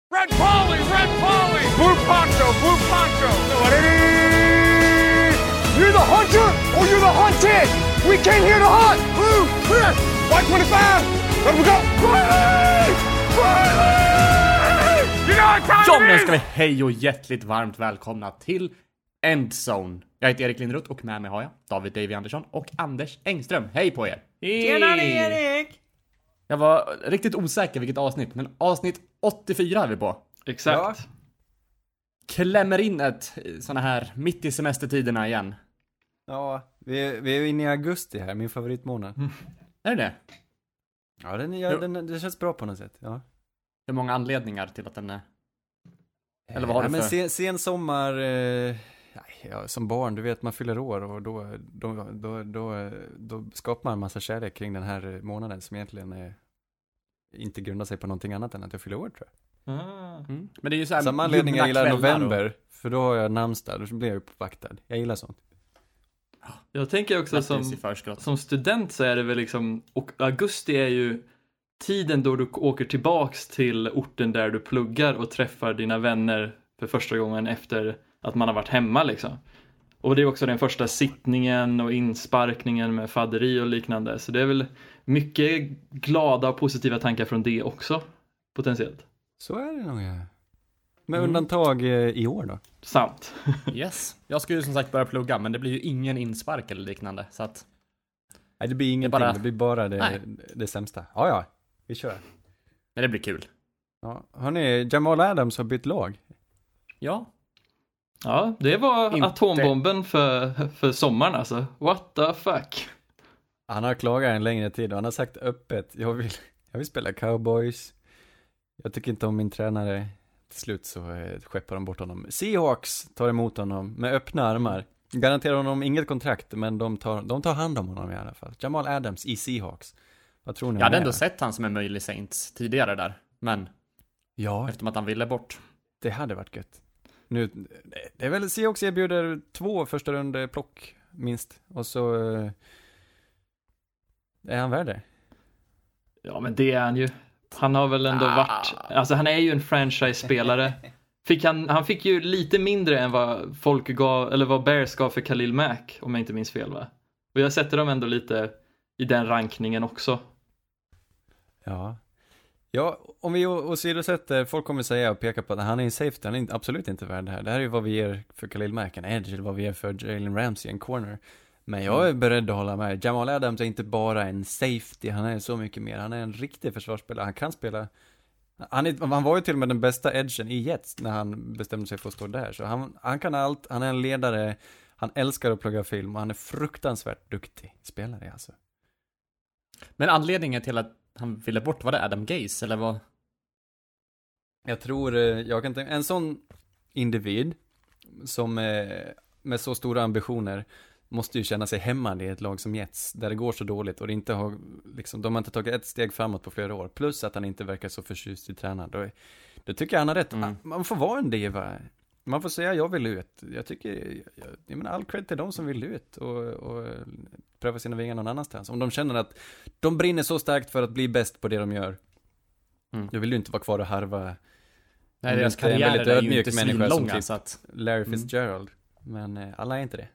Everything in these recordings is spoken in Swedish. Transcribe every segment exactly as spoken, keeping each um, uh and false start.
Red Polly, Red Polly, Blue Poncho, Blue Poncho. You're the hunter or you're the hunted. We came here to hunt. Blue, clear. White twenty-five. Let we go. Riley! Riley! You know what time Ja, it nu is? ska vi hej och hjärtligt varmt välkomna till Endzone. Jag heter Erik Lindroth och med mig har jag David Davy Andersson och Anders Engström. Hej på er! Tjena Erik! Jag var riktigt osäker vilket avsnitt, men avsnitt åttiofyra är vi på. Exakt. Ja. Klämmer in ett såna här mitt i semestertiderna igen. Ja, vi är, vi är inne i augusti här, min favoritmånad. Mm. Är det det? Ja, den, ja den, det känns bra på något sätt, ja. Hur många anledningar till att den är... Eller vad har ja, du men för... sen, sen sommar... Eh, ja, som barn, du vet, man fyller år och då, då, då, då, då skapar man en massa kärlek kring den här månaden som egentligen är, inte grundar sig på någonting annat än att jag fyller år, tror jag. Mm. Men det är ju så här samma anledning jag gillar november, och... för då har jag namnsdag, då blir jag uppvaktad. Jag gillar sånt. Jag tänker också som, som student så är det väl liksom, och augusti är ju tiden då du åker tillbaks till orten där du pluggar och träffar dina vänner för första gången efter att man har varit hemma liksom. Och det är också den första sittningen och insparkningen med fadderi och liknande. Så det är väl mycket glada och positiva tankar från det också, potentiellt. Så är det nog, ja. Med mm. undantag eh, i år då. Sant. Yes. Jag ska ju som sagt börja plugga, men det blir ju ingen inspark eller liknande. Så att... Nej, det blir ingenting. Det, bara... det blir bara det, det sämsta. Ja, ja. Vi kör. Men det blir kul. Ja. Hörrni, Jamal Adams har bytt lag. Ja. Ja, det var Inte... atombomben för, för sommaren alltså. What the fuck? Han har klagat en längre tid och han har sagt öppet. Jag vill, jag vill spela Cowboys. Jag tycker inte om min tränare. Till slut så eh, skeppar de bort honom. Seahawks tar emot honom med öppna armar. Garanterar honom inget kontrakt, men de tar, de tar hand om honom i alla fall. Jamal Adams i Seahawks. Vad tror ni? Jag hade ändå sett han som en möjlig Saints tidigare där. Men ja, eftersom att han ville bort. Det hade varit gött. Nu, det är väl Seahawks erbjuder två första runde plock minst. Och så eh, är han värd det. Ja, men det är han ju. Han har väl ändå ah. varit, alltså han är ju en franchise-spelare. Fick han, han fick ju lite mindre än vad folk gav, eller vad Bears gav för Khalil Mack, om jag inte minns fel, va? Och jag sätter dem ändå lite i den rankningen också. Ja. Ja, om vi åsidosätter, folk kommer säga och peka på att han är en safety, han är absolut inte värd det här. Det här är ju vad vi ger för Khalil Mack, en edge, eller vad vi ger för Jalen Ramsey, en corner. Men jag är beredd att hålla med. Jamal Adams är inte bara en safety, han är så mycket mer. Han är en riktig försvarsspelare, han kan spela. Han, är, han var ju till och med den bästa edgen i Jets när han bestämde sig för att stå där. Så han, han kan allt, han är en ledare, han älskar att plugga film och han är fruktansvärt duktig spelare alltså. Men anledningen till att han ville bort, var det Adam Gase eller vad? Jag tror, jag kan tänka, en sån individ som med så stora ambitioner måste ju känna sig hämmande i ett lag som Jets, där det går så dåligt och det inte har, liksom, de har inte tagit ett steg framåt på flera år, plus att han inte verkar så förtjust i tränaren. Då, då tycker jag han har rätt. Mm. Man får vara en diva. Man får säga jag vill ut. Jag tycker, jag, jag menar all cred till de som vill ut och, och pröva sina vingar någon annanstans. Om de känner att de brinner så starkt för att bli bäst på det de gör, mm. då vill du inte vara kvar och harva. Nej, deras karriär är ju inte svinlånga, typ så att... Larry Fitzgerald. Mm. Men eh, alla är inte det.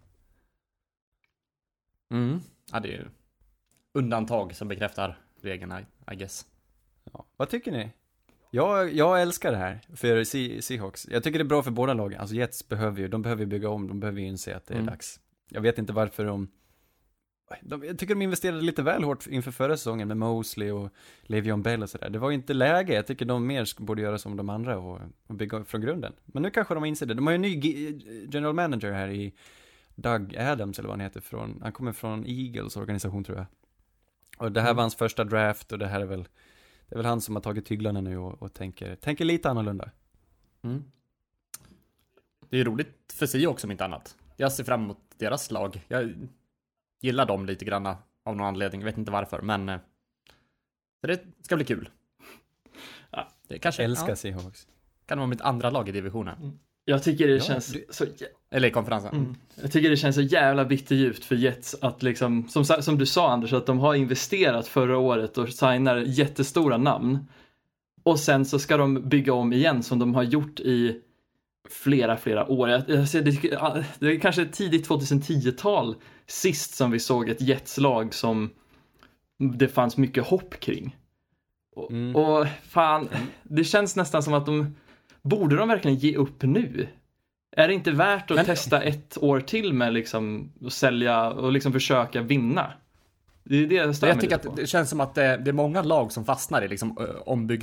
Mm. Ja, det är ju undantag som bekräftar regeln, I, I guess. Ja. Vad tycker ni? Jag, jag älskar det här för Se- Seahawks. Jag tycker det är bra för båda lagen. Alltså Jets behöver ju, de behöver ju bygga om, de behöver ju inse att det är mm. dags. Jag vet inte varför de, de jag tycker de investerade lite väl hårt inför förra säsongen med Mosley och Le'Veon Bell och sådär. Det var inte läge. Jag tycker de mer borde göra som de andra och, och bygga från grunden. Men nu kanske de inser det. De har ju en ny g- general manager här i Doug Adams eller vad han heter från, han kommer från Eagles organisation tror jag. Och det här mm. var hans första draft och det här är väl, det är väl han som har tagit tyglarna nu och, och tänker, tänker lite annorlunda. Mm. Det är roligt för sig också om inte annat. Jag ser fram emot deras lag. Jag gillar dem lite grann av någon anledning, jag vet inte varför, men så det ska bli kul. Ja, det kanske älskar ja. Seahawks. Kan vara mitt andra lag i divisionen. Mm. Jag tycker det ja, känns det... så... Eller i konferensen. Mm. Jag tycker det känns så jävla bitterljuvt för Jets att liksom, som, som du sa Anders, att de har investerat förra året och signar jättestora namn. Och sen så ska de bygga om igen som de har gjort i flera, flera år. Jag ser det, det är kanske tidigt tjugohundratio-tal sist som vi såg ett Jets-lag som det fanns mycket hopp kring. Och, mm. och fan, det känns nästan som att de borde de verkligen ge upp nu? Är det inte värt att Men... testa ett år till med liksom att sälja och liksom försöka vinna? Det är det jag, jag tycker att det känns som att det, det är många lag som fastnar i liksom ö,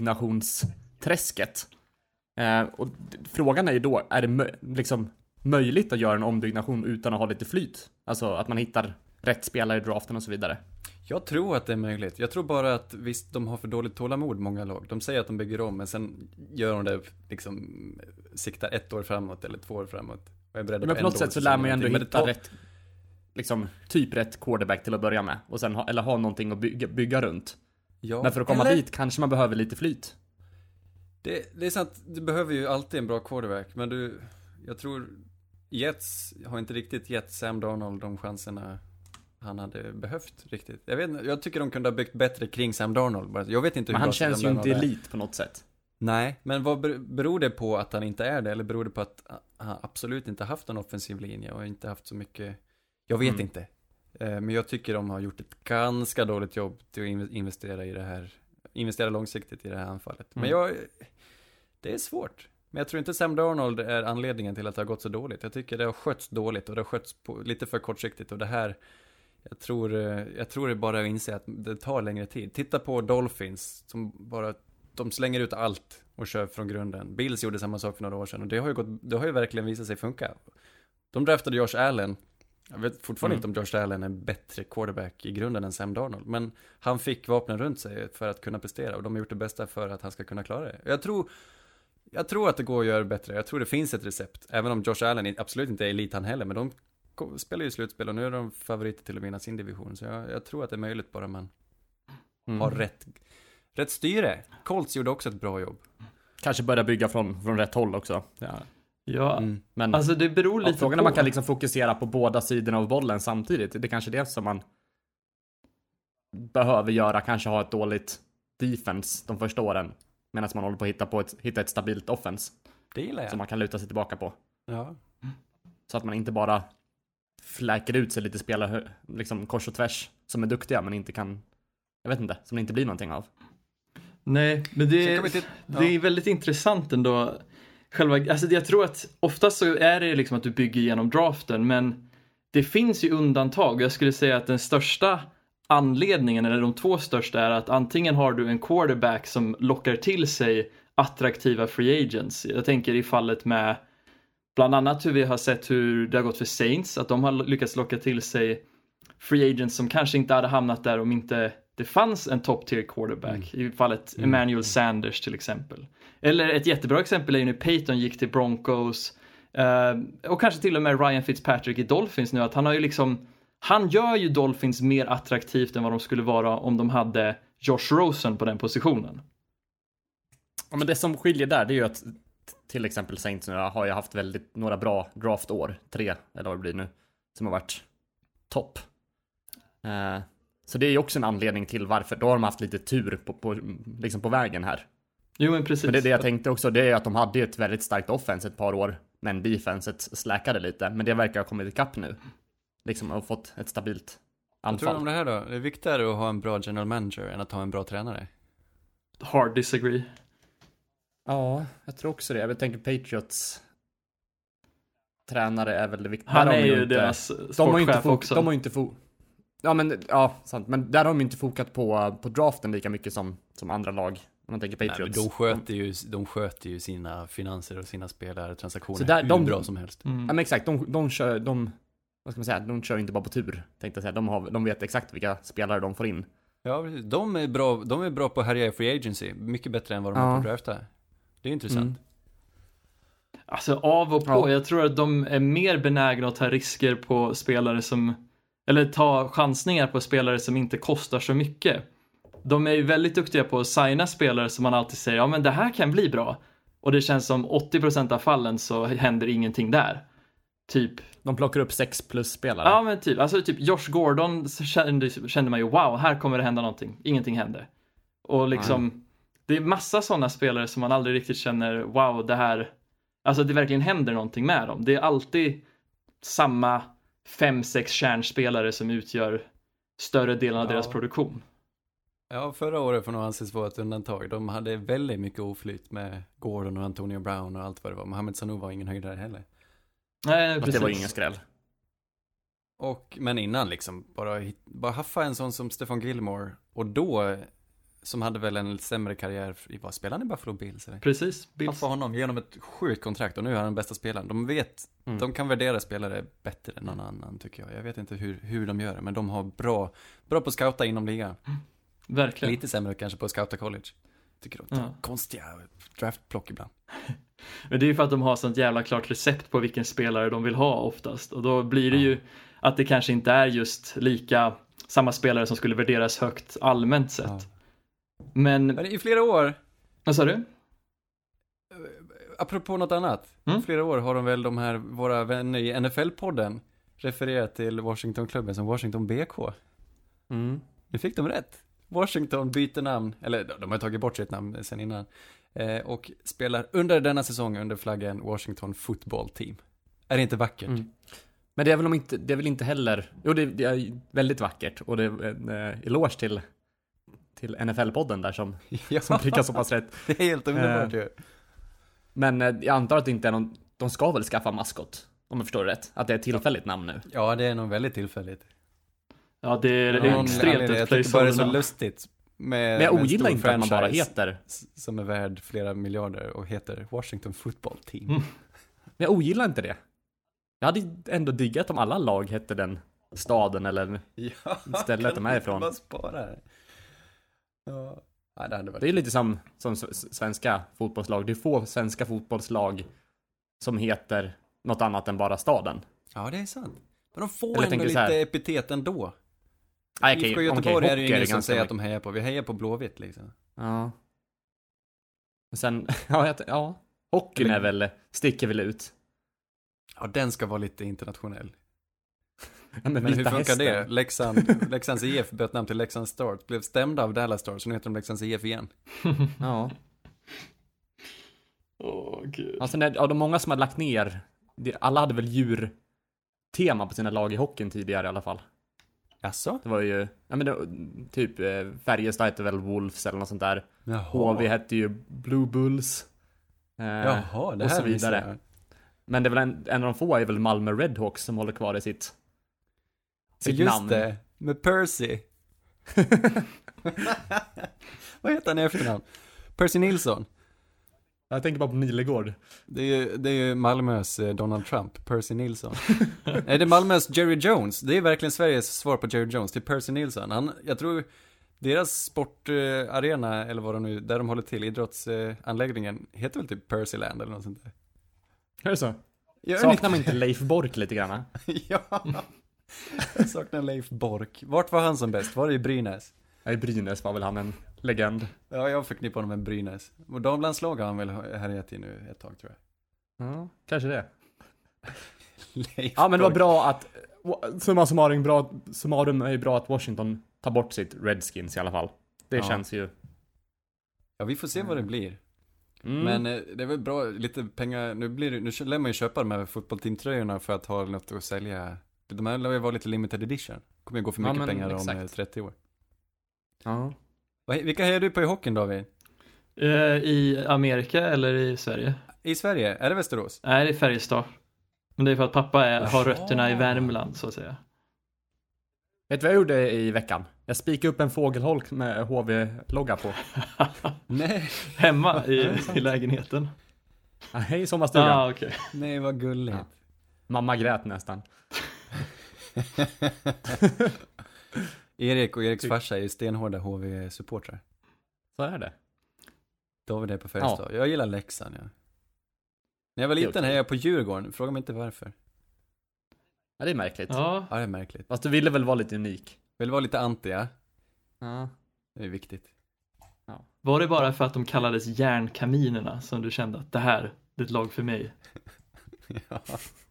ombyggnadsträsket. Eh, och d- frågan är ju då, är det mö- liksom möjligt att göra en ombyggnation utan att ha lite flyt? Alltså att man hittar rätt spelare i draften och så vidare. Jag tror att det är möjligt. Jag tror bara att visst, de har för dåligt tålamod, många lag. De säger att de bygger om, men sen gör de det liksom, siktar ett år framåt eller två år framåt. Och är beredda men på, på något sätt så lär man ju ändå hitta tar... rätt, liksom typ rätt quarterback till att börja med. Och sen ha, eller ha någonting att bygga, bygga runt. Ja, men för att komma eller... dit kanske man behöver lite flyt. Det, det är sant, du behöver ju alltid en bra quarterback. Men du, jag tror Jets har inte riktigt gett Sam Darnold de chanserna han hade behövt riktigt. Jag vet inte, jag tycker de kunde ha byggt bättre kring Sam Darnold. Jag vet inte hur men han känns ju inte elit på något sätt. Nej, men vad beror det på att han inte är det? Eller beror det på att han absolut inte haft en offensiv linje och inte haft så mycket... Jag vet mm. inte. Men jag tycker de har gjort ett ganska dåligt jobb till att investera i det här. Investera långsiktigt i det här anfallet. Mm. Men jag... Det är svårt. Men jag tror inte Sam Darnold är anledningen till att det har gått så dåligt. Jag tycker det har skötts dåligt och det har skötts på, lite för kortsiktigt. Och det här... Jag tror, jag tror det bara att inse att det tar längre tid. Titta på Dolphins som bara, de slänger ut allt och kör från grunden. Bills gjorde samma sak för några år sedan och det har ju, gått, det har ju verkligen visat sig funka. De draftade Josh Allen. Jag vet fortfarande mm. inte om Josh Allen är en bättre quarterback i grunden än Sam Darnold. Men han fick vapnen runt sig för att kunna prestera och de har gjort det bästa för att han ska kunna klara det. Jag tror, jag tror att det går att göra bättre. Jag tror det finns ett recept. Även om Josh Allen absolut inte är elit han heller, men de spelar ju slutspel och nu är de favoriter till att vinna sin division. Så jag, jag tror att det är möjligt bara man mm. har rätt, rätt styre. Colts gjorde också ett bra jobb. Kanske börja bygga från, från rätt håll också. Ja, ja mm. men alltså det beror lite frågan på. Om man kan liksom fokusera på båda sidorna av bollen samtidigt. Det är kanske det som man behöver göra. Kanske ha ett dåligt defense de första åren. Medan man håller på att hitta, på ett, hitta ett stabilt offense. Det gillar jag. Som man kan luta sig tillbaka på. Ja. Så att man inte bara fläker ut sig lite spelare liksom kors och tvärs som är duktiga men inte kan, jag vet inte, som det inte blir någonting av. Nej, men det, är, till, ja. det är väldigt intressant ändå. Själva, alltså jag tror att oftast så är det liksom att du bygger genom draften, men det finns ju undantag. Jag skulle säga att den största anledningen, eller de två största, är att antingen har du en quarterback som lockar till sig attraktiva free agents. Jag tänker i fallet med bland annat hur vi har sett hur det har gått för Saints, att de har lyckats locka till sig free agents som kanske inte hade hamnat där om inte det fanns en top tier quarterback. Mm. I fallet mm. Emmanuel Sanders till exempel. Eller ett jättebra exempel är ju när Peyton gick till Broncos uh, och kanske till och med Ryan Fitzpatrick i Dolphins nu, att han har ju liksom, han gör ju Dolphins mer attraktivt än vad de skulle vara om de hade Josh Rosen på den positionen. Ja, men det som skiljer där, det är ju att till exempel Saints nu har jag haft väldigt några bra draftår, tre eller vad det blir nu, som har varit topp. Uh, så det är ju också en anledning till varför då har de haft lite tur på, på, liksom på vägen här. Jo, men precis. Men det är det jag tänkte också, det är att de hade ett väldigt starkt offense ett par år, men defenset släkade lite, men det verkar ha kommit ikapp nu. Liksom har fått ett stabilt anfall. Vad tror du om det här då? Det är viktigare att ha en bra general manager än att ha en bra tränare. Hard disagree. Ja, jag tror också det. Jag tänker Patriots tränare är väl det viktiga. Han är ju inte, deras sportchef också. De har ju inte fo- Ja, men ja, sant. Men där har de inte fokat på, på draften lika mycket som, som andra lag. Om man tänker Patriots. Nej, de sköter ju de sköter ju sina finanser och sina spelare, transaktioner så där, hur de, bra som helst. Mm. Ja, men exakt. De, de kör de vad ska man säga? De kör inte bara på tur, tänkte jag säga. De har de vet exakt vilka spelare de får in. Ja, precis. De är bra, de är bra på att härja i free agency, mycket bättre än vad de ja. har på drafta. Det är intressant. Mm. Alltså av och på, ja. jag tror att de är mer benägna att ta risker på spelare som, eller ta chansningar på spelare som inte kostar så mycket. De är ju väldigt duktiga på att signa spelare som man alltid säger, ja men det här kan bli bra. Och det känns som åttio procent av fallen så händer ingenting där. Typ. De plockar upp sex plus spelare. Ja men typ, alltså typ Josh Gordon kände, kände man ju, wow, här kommer det hända någonting. Ingenting hände. Och liksom, det är massa sådana spelare som man aldrig riktigt känner, wow, det här, alltså det verkligen händer någonting med dem. Det är alltid samma fem, sex kärnspelare som utgör större delen av ja. deras produktion. Ja, förra året får nog anses vara ett undantag. De hade väldigt mycket oflyt med Gordon och Antonio Brown och allt vad det var. Mohamed Sanu var ingen höjdare heller. Nej, precis. Det var ingen skräll. Och, men innan liksom, bara, bara haffa en sån som Stefan Gilmore. Och då, som hade väl en sämre karriär i vad spelade han i Buffalo Bills? Eller? Precis, Bills. Haffa honom genom ett sjukt kontrakt och nu är han den bästa spelaren. De vet, mm. de kan värdera spelare bättre än någon annan tycker jag. Jag vet inte hur, hur de gör det, men de har bra, bra på att scouta inom ligan. Mm. Verkligen. Lite sämre kanske på att scouta college. Tycker de tar ja. konstiga draftplock ibland. Men det är ju för att de har sånt jävla klart recept på vilken spelare de vill ha oftast. Och då blir det ja. ju att det kanske inte är just lika samma spelare som skulle värderas högt allmänt sett. Ja. Men... Men i flera år... Vad sa du? Apropå något annat. Mm? I flera år har de väl de här, våra vänner i N F L-podden refererat till Washington-klubben som Washington B K. Mm. Nu fick de rätt. Washington byter namn, eller de har tagit bort sitt namn sen innan, eh, och spelar under denna säsong under flaggan Washington Football Team. Är det inte vackert? Mm. Men det är väl om inte, det är väl inte heller, jo det, det är väldigt vackert och det är en eh, eloge till, till N F L-podden där som, ja. som prickar så pass rätt. Det är helt underbart eh, ju. Men eh, jag antar att det inte är någon, de ska väl skaffa maskot, om jag förstår det rätt, att det är ett tillfälligt namn nu. Ja, det är nog väldigt tillfälligt. Ja, det är, det är någon, extremt jag tycker bara det är så lustigt med, men jag ogillar inte att man bara heter som är värd flera miljarder och heter Washington Football Team. Mm. Men jag ogillar inte det. Jag hade ändå diggat om alla lag hette den staden eller ja, stället de är ifrån. Bara spara. Ja. Ja, det, hade varit... det är lite som, som svenska fotbollslag. Det är få svenska fotbollslag som heter något annat än bara staden. Ja, det är sant. Men de får eller ändå lite här... epitet ändå. Ah, okay, I Göteborg okay, är det ju ingen som ganska... säger att de hejar på. Vi hejar på Blåvitt liksom. Ja. Och sen, ja, ja. Hockeyn är väl, sticker väl ut. Ja, den ska vara lite internationell. Ja, men men hur funkar hästen. det? Leksand, Leksands I F bytte namn till Leksand Stars. Blev stämda av Dallas Stars, så nu heter de Leksands I F igen. Ja. Åh, oh, gud. Alltså, när, av de många som har lagt ner, det, alla hade väl djurtema på sina lag i hockeyn tidigare i alla fall. Jaså? Det var ju, ja men det, typ eh, Färjestad hette väl Wolves eller något sånt där. Jaha. H V hette ju Blue Bulls. Eh, Jaha, det här och så vidare. Men det är väl en, en av de få är väl Malmö Redhawks som håller kvar i sitt, sitt just namn. det, med Percy. Vad heter han i efternamn? Percy Nilsson. Jag tänker bara på Nilegård. Det är ju, det är ju Malmös Donald Trump, Percy Nilsson. Nej, det är Malmös Jerry Jones. Det är verkligen Sveriges svar på Jerry Jones, till Percy Nilsson. Han, jag tror deras sportarena, eller vad de nu, där de håller till, idrottsanläggningen, heter väl typ Percyland eller något sånt där. Är det så? Jag saknar man inte Leif Bork lite grann? Ja, jag saknar Leif Bork. Vart var han som bäst? Var det i Brynäs? Ja, i Brynäs var väl han en legend. Ja, jag förknippar honom med Brynäs. Och damlandslag har han väl härjat i nu ett tag, tror jag. Ja, kanske det. Leif ja, men det var Bork. bra att, summa summarum, bra, summarum är ju bra att Washington tar bort sitt Redskins i alla fall. Det ja. känns ju... Ja, vi får se vad det blir. Mm. Men eh, det är väl bra, lite pengar, nu blir det, nu lär man ju köpa de här fotbollsteamtröjorna för att ha något att sälja. De här lär ju vara lite limited edition. Kommer ju gå för mycket ja, pengar exakt. om trettio år. Ja. Vilka hejar du på i hockeyn, David? Uh, I Amerika eller i Sverige? I Sverige, är det Västerås? Nej, det är Färjestad. Men det är för att pappa är, har rötterna i Värmland, så att säga. Vet du vad jag gjorde i veckan? Jag spikade upp en fågelholk med H V-logga på. Nej. Hemma i, i lägenheten. Nej, i sommarstugan. Ah, okay. Nej, vad gulligt. Ja. Mamma grät nästan. Erik och Eriks farsa är stenhårda H V-supportrar. Så är det. David är på Färjestad. Ja. Jag gillar Leksand, ja. När jag var liten hejade jag på Djurgården. Fråga mig inte varför. Ja, det är märkligt. Ja, ja det är märkligt. Fast du ville väl vara lite unik? Vill vara lite anti, ja. Ja. Det är viktigt. Ja. Var det bara för att de kallades järnkaminerna som du kände att det här är ett lag för mig? Ja.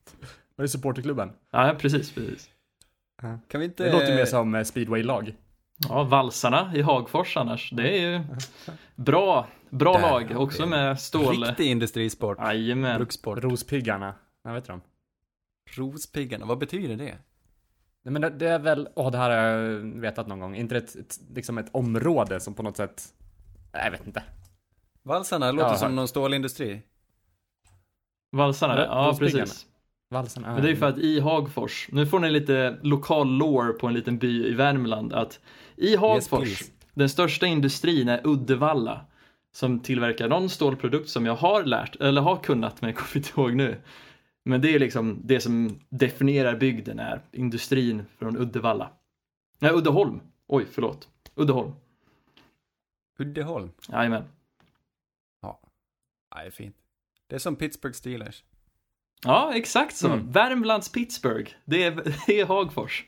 Var det supporterklubben? Ja, precis, precis. Ja. Kan vi inte... Det låter mer som speedway-lag. Ja, valsarna i Hagfors annars. Det är ju bra, bra Där, lag. Också med stål. Riktig industrisport. Jajamän. Brukssport. Rospiggarna. Jag vet de. Rospiggarna, vad betyder det? Nej, men det, det är väl, åh det här har jag vetat någon gång. Inte ett, ett, liksom ett område som på något sätt, nej, jag vet inte. Valsarna låter Ja, som hör. någon stålindustri. Valsarna, Ja, ja Rospiggarna. precis. Valsen är... Men det är ju för att i Hagfors, nu får ni lite lokal lore på en liten by i Värmland, att i Hagfors, Yes, den största industrin är Uddevalla, som tillverkar någon stålprodukt som jag har lärt, eller har kunnat, men jag kommer inte ihåg nu. Men det är liksom det som definierar bygden, är industrin från Uddevalla. Nej, Uddeholm. Oj, förlåt. Uddeholm. Uddeholm. Jajamän. Ja, det är fint. Det är som Pittsburgh Steelers. Ja, exakt så. Mm. Värmlands Pittsburgh. Det är, det är Hagfors.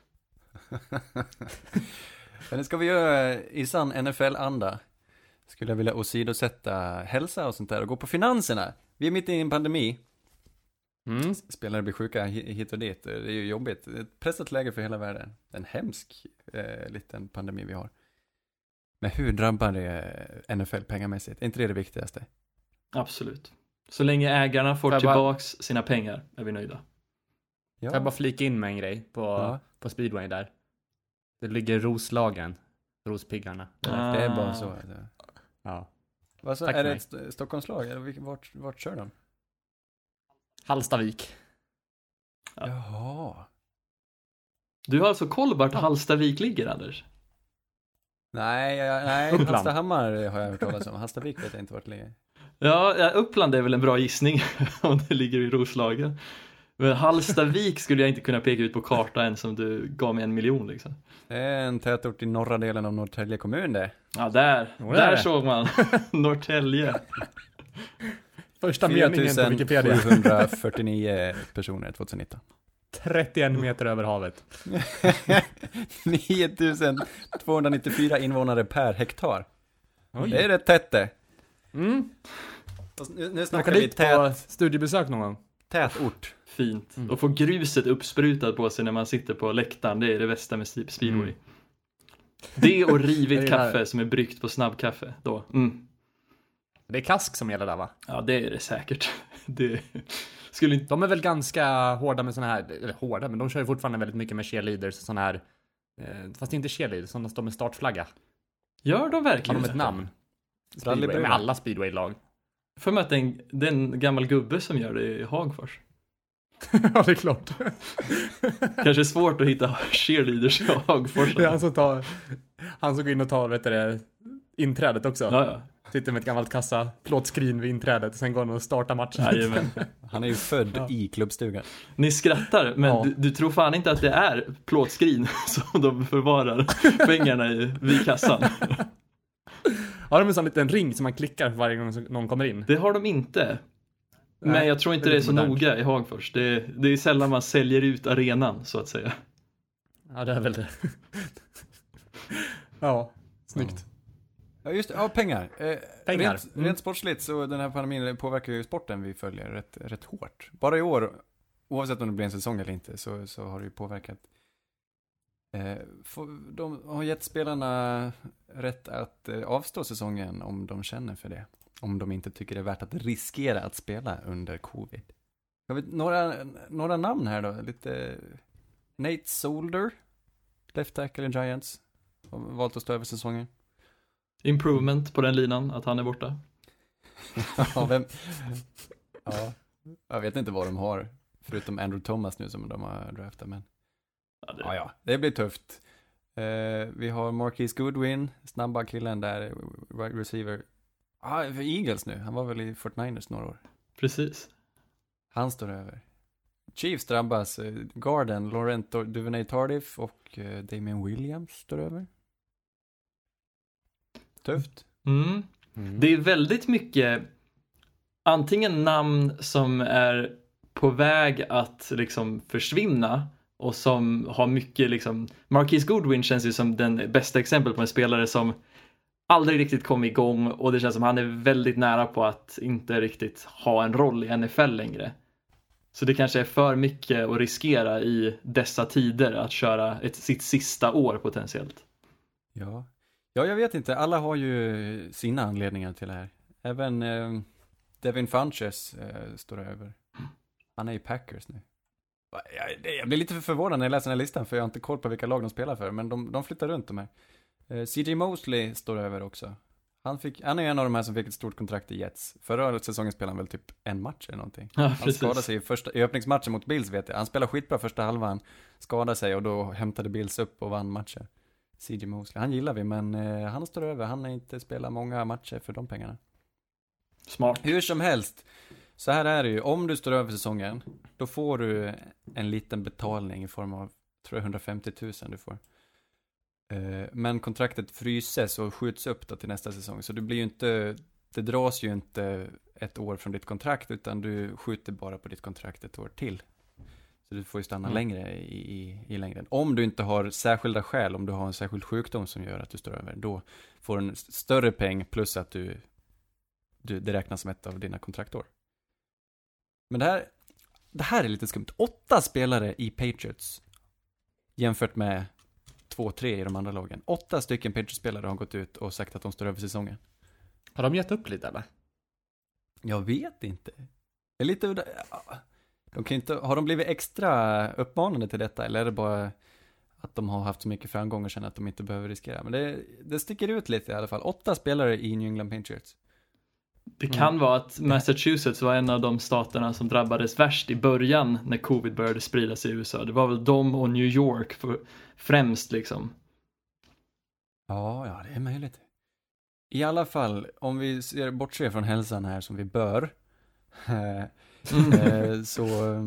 Men det ska vi göra i sann N F L-anda. Skulle jag vilja åsidosätta hälsa och sånt där och gå på finanserna. Vi är mitt i en pandemi. Mm. Spelare blir sjuka hit och dit. Det är ju jobbigt. Det är ett pressat läge för hela världen. Det är en hemsk eh, liten pandemi vi har. Men hur drabbar det N F L pengamässigt? Är inte det det viktigaste? Absolut. Så länge ägarna får Får jag bara- tillbaks sina pengar är vi nöjda. Ja. Får jag bara flika in med en grej på, Ja. på speedway där. Det ligger Roslagen. Rospiggarna. Det är bara så. Alltså. Ja. Vad så, Tack är för det mig. ett st- Stockholmslag? Eller vilk- vart, vart kör de? Hallstavik. Ja. Jaha. Du har alltså koll vart Hallstavik ligger, Anders? Nej, jag, nej Uppland. Hallstahammar har jag hört talas om. Hallstavik vet jag inte vart det ligger. Ja, ja, Uppland är väl en bra gissning om det ligger i Roslagen. Men Hallstavik skulle jag inte kunna peka ut på kartan än som du gav mig en miljon liksom. Det är en tätort i norra delen av Norrtälje kommun det. Ja, där. Oh, där där. såg man. Norrtälje. Första meningen på Wikipedia. fyrahundrafyrtionio personer tjugonitton. trettioen meter över havet. nio tusen tvåhundranittiofyra invånare per hektar. Oj. Det är rätt tätt det. Mm. Och Nu, nu Åka snackar vi dit tät, på studiebesök någon gång. tätort. Fint. Mm. Och få gruset uppsprutat på sig när man sitter på läktaren. Det är det bästa med speedway. Mm. Det och Jag rivigt gillar- kaffe som är bryggt på snabbkaffe. Då. Mm. Det är kask som gäller där, va? Ja, det är det säkert. Det skulle inte... De är väl ganska hårda med såna här, eller hårda, men de kör ju fortfarande väldigt mycket med cheerleaders och såna här, eh, fast inte cheerleaders, som står med startflagga. Gör de Har verkligen de ett det? namn? Speedway, Rallybröder. med alla speedway-lag. För mig att det är en, det är en gammal gubbe som gör det i Hagfors. Ja, det är klart. Kanske svårt att hitta cheerleaders i Hagfors. Det är han som tar, han som går in och tar, vet du det, inträdet också. Ja, ja. Sitter med ett gammalt kassa, plåtskrin vid inträdet, sen går han och startar matchen. Jajamän. Han är ju född Ja. i klubbstugan. Ni skrattar, men Ja. du, du tror fan inte att det är plåtskrin som de förvarar pengarna i vid kassan. Har de en sån liten ring som man klickar för varje gång som någon kommer in? Det har de inte. Men Nej, jag tror inte det är det är lite så modernt. noga i Hagfors. Det, det är sällan man säljer ut arenan, så att säga. Ja, det är väl det. Ja, snyggt. Ja just det, ja pengar. Eh, Pengar. Rent, Mm. rent sportsligt så den här pandemin påverkar ju sporten vi följer rätt, rätt hårt. Bara i år, oavsett om det blir en säsong eller inte, så, så har det ju påverkat. Eh, får- de har gett spelarna rätt att eh, avstå säsongen om de känner för det. Om de inte tycker det är värt att riskera att spela under covid. Jag vet, några, några namn här då. Lite Nate Solder, left tackle i Giants, har valt att stå över säsongen. Improvement på den linan, att han är borta. Ja, vem? Ja, jag vet inte vad de har. Förutom Andrew Thomas nu som de har draftat. Men Ja, det, ja, ja, det blir tufft. Eh, vi har Marquise Goodwin, snabba killen där, right receiver. Ja, ah, för Eagles nu. Han var väl i fyrtionio några år. Precis. Han står över. Chiefs drabbas. Eh, Garden, Laurent Duvernay Tardif och eh, Damien Williams står över. Tufft. Mm. Det är väldigt mycket antingen namn som är på väg att liksom försvinna och som har mycket liksom, Marquise Goodwin känns ju som den bästa exempel på en spelare som aldrig riktigt kom igång och det känns som han är väldigt nära på att inte riktigt ha en roll i N F L längre. Så det kanske är för mycket att riskera i dessa tider att köra ett, sitt sista år potentiellt. Ja. Ja, jag vet inte. Alla har ju sina anledningar till det här. Även eh, Devin Funchess eh, står över. Han är i Packers nu. Jag, jag blir lite förvånad när jag läser den här listan, för jag har inte koll på vilka lag de spelar för, men de, de flyttar runt de här. Eh, C J Mosley står över också. Han, fick, han är en av de här som fick ett stort kontrakt i Jets. Förra säsongen spelade han väl typ en match eller någonting. Ja, han skadade sig i, första, i öppningsmatchen mot Bills, vet jag. Han spelade skitbra första halvan, skadade sig och då hämtade Bills upp och vann matcher. C J Mosley, han gillar vi, men eh, han står över. Han har inte spelat många matcher för de pengarna. Smart. Hur som helst, så här är det ju. Om du står över säsongen, då får du en liten betalning i form av, tror jag, hundrafemtio tusen du får. Eh, men kontraktet fryses och skjuts upp då till nästa säsong. Så det blir ju inte, det dras ju inte ett år från ditt kontrakt, utan du skjuter bara på ditt kontrakt ett år till. Så du får ju stanna mm. längre i, i, i längden. Om du inte har särskilda skäl, om du har en särskild sjukdom som gör att du står över, då får du en större peng plus att du, du det räknas som ett av dina kontraktår. Men det här, det här är lite skumt. Åtta spelare i Patriots jämfört med två, tre i de andra lagen. Åtta stycken Patriots-spelare har gått ut och sagt att de står över säsongen. Har de gett upp lite eller? Jag vet inte. Det är lite... De kan inte, har de blivit extra uppmanade till detta, eller är det bara att de har haft så mycket framgång och känner att de inte behöver riskera? Men det, det sticker ut lite i alla fall. Åtta spelare i New England Patriots. Det kan mm. vara att Massachusetts var en av de staterna som drabbades värst i början när covid började sprida sig i U S A. Det var väl de och New York för, främst liksom. Ja, ja, det är möjligt. I alla fall, om vi ser bortser från hälsan här som vi bör, mm. så,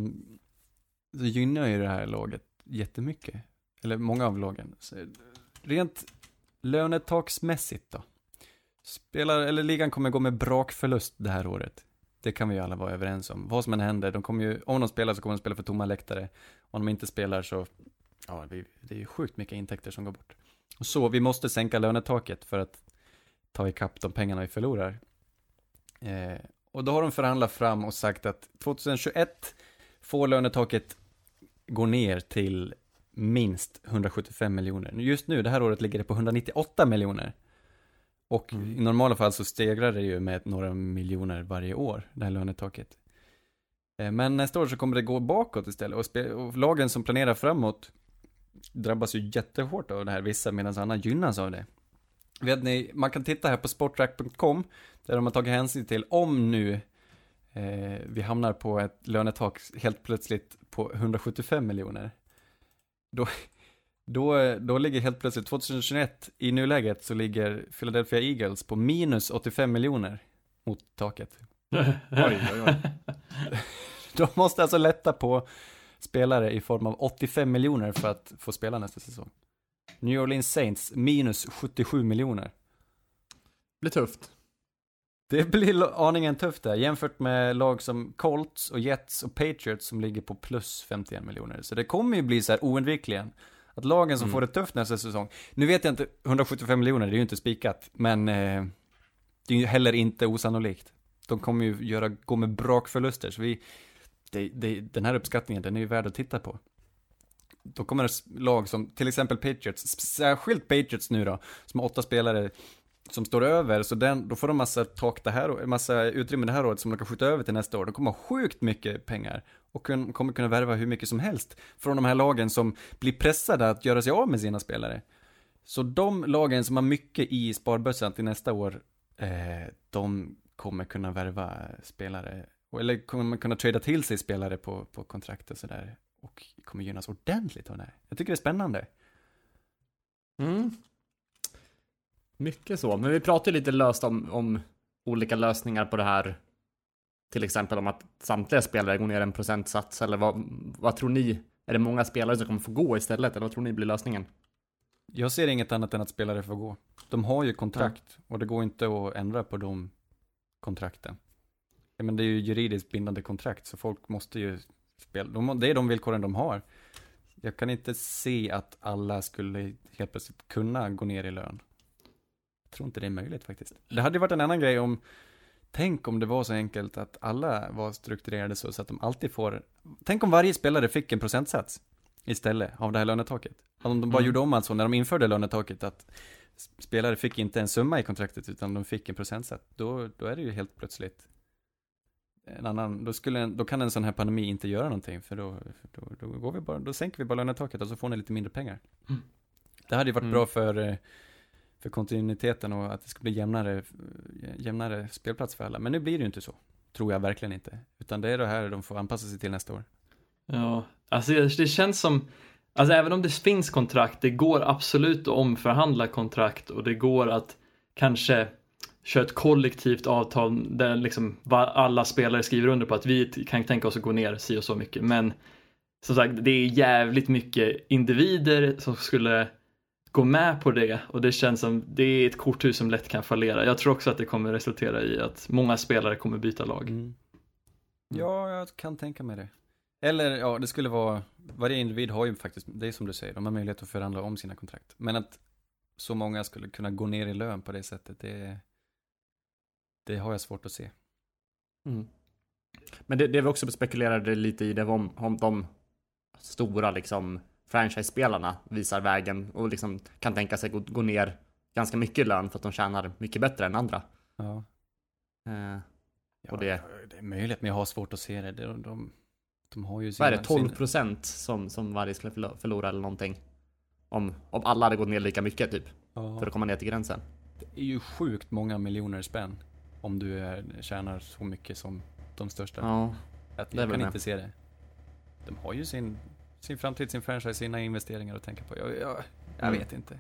så gynnar ju det här laget jättemycket. Eller många av lagen. Så, rent lönetaksmässigt då. Spelar, eller ligan kommer gå med brakförlust det här året. Det kan vi ju alla vara överens om. Vad som än händer, de kommer ju, om de spelar så kommer de spela för tomma läktare. Om de inte spelar så, ja, det är ju sjukt mycket intäkter som går bort. Och så, vi måste sänka lönetaket för att ta ikapp de pengarna vi förlorar. Eh, och då har de förhandlat fram och sagt att tjugohundratjugoett får lönetaket gå ner till minst hundrasjuttiofem miljoner. Just nu, det här året ligger det på hundranittioåtta miljoner. Och mm. i normala fall så stegrar det ju med några miljoner varje år, det här lönetaket. Eh, men nästa år så kommer det gå bakåt istället. Och, spe- och lagen som planerar framåt drabbas ju jättehårt av det här, vissa, medan andra gynnas av det. Vet ni, man kan titta här på sportrack punkt com där de har tagit hänsyn till om nu eh, vi hamnar på ett lönetak helt plötsligt på hundrasjuttiofem miljoner. Då, då, då ligger helt plötsligt tjugohundratjugoett i nuläget så ligger Philadelphia Eagles på minus åttiofem miljoner mot taket. Oj, oj, oj. De måste alltså lätta på spelare i form av åttiofem miljoner för att få spela nästa säsong. New Orleans Saints minus sjuttiosju miljoner. Det blir tufft. Det blir aningen tufft där. Jämfört med lag som Colts och Jets och Patriots som ligger på plus femtioen miljoner. Så det kommer ju bli så här oundvikligen. Att lagen som mm. får det tufft nästa säsong. Nu vet jag inte, hundrasjuttiofem miljoner, det är ju inte spikat. Men eh, det är ju heller inte osannolikt. De kommer ju göra, gå med brakförluster. Så vi, det, det, den här uppskattningen, den är ju värd att titta på. Då kommer det lag som till exempel Patriots, särskilt Patriots nu då, som har åtta spelare som står över, så den, då får de massa tak det här, massa utrymme det här året som de kan skjuta över till nästa år. De kommer ha sjukt mycket pengar och kun, kommer kunna värva hur mycket som helst från de här lagen som blir pressade att göra sig av med sina spelare. Så de lagen som har mycket i sparbössan till nästa år, eh, de kommer kunna värva spelare, eller kommer kunna trada till sig spelare på, på kontrakt och sådär. Och kommer gynnas ordentligt av det här. Jag tycker det är spännande. Mm. Mycket så. Men vi pratar lite löst om, om olika lösningar på det här. Till exempel om att samtliga spelare går ner en procentsats. Eller vad, vad tror ni? Är det många spelare som kommer få gå istället? Eller vad tror ni blir lösningen? Jag ser inget annat än att spelare får gå. De har ju kontrakt. Ja. Och det går inte att ändra på de kontrakten. Ja, men det är ju juridiskt bindande kontrakt. Så folk måste ju spela. De, det är de villkoren de har. Jag kan inte se att alla skulle helt plötsligt kunna gå ner i lön. Jag tror inte det är möjligt faktiskt. Det hade ju varit en annan grej om, tänk om det var så enkelt att alla var strukturerade så, så att de alltid får, tänk om varje spelare fick en procentsats. istället av det här lönetaket. Om de bara Mm. gjorde om alltså när de införde lönetaket att spelare fick inte en summa i kontraktet utan de fick en procentsats. Då, då är det ju helt plötsligt en annan, då, skulle en, då kan en sån här pandemi inte göra någonting för då, då, då, går vi bara, då sänker vi bara lönetaket och så får ni lite mindre pengar. Mm. Det hade ju varit Mm. bra för, för kontinuiteten och att det ska bli jämnare, jämnare spelplats för alla. Men nu blir det ju inte så. Tror jag verkligen inte. Utan det är det här de får anpassa sig till nästa år. Ja, alltså det, det känns som, alltså även om det finns kontrakt, det går absolut att omförhandla kontrakt och det går att kanske köra ett kollektivt avtal där liksom alla spelare skriver under på att vi kan tänka oss att gå ner si och så mycket. Men som sagt, det är jävligt mycket individer som skulle gå med på det och det känns som det är ett korthus som lätt kan fallera. Jag tror också att det kommer resultera i att många spelare kommer byta lag. Mm. Ja, jag kan tänka mig det. Eller ja, det skulle vara, varje individ har ju faktiskt, det är som du säger, de har möjlighet att förhandla om sina kontrakt. Men att så många skulle kunna gå ner i lön på det sättet, det, det har jag svårt att se. Mm. Men det, det vi också spekulerade lite i, det var om, om de stora liksom franchise-spelarna visar vägen och liksom kan tänka sig gå, gå ner ganska mycket i lön för att de tjänar mycket bättre än andra. Ja. Eh, Ja, och det, det är möjligt, men jag har svårt att se det. De, de, de har ju vad är sina, det, tolv sina... procent som, som varje skulle förlo- förlora eller någonting? Om, om alla hade gått ner lika mycket typ, Ja. för att komma ner till gränsen. Det är ju sjukt många miljoner spänn om du är, tjänar så mycket som de största. Ja, Att det är jag väl kan det. inte se det. De har ju sin, sin framtid, sin franchise, sina investeringar att tänka på. Jag, jag, jag Mm. vet inte.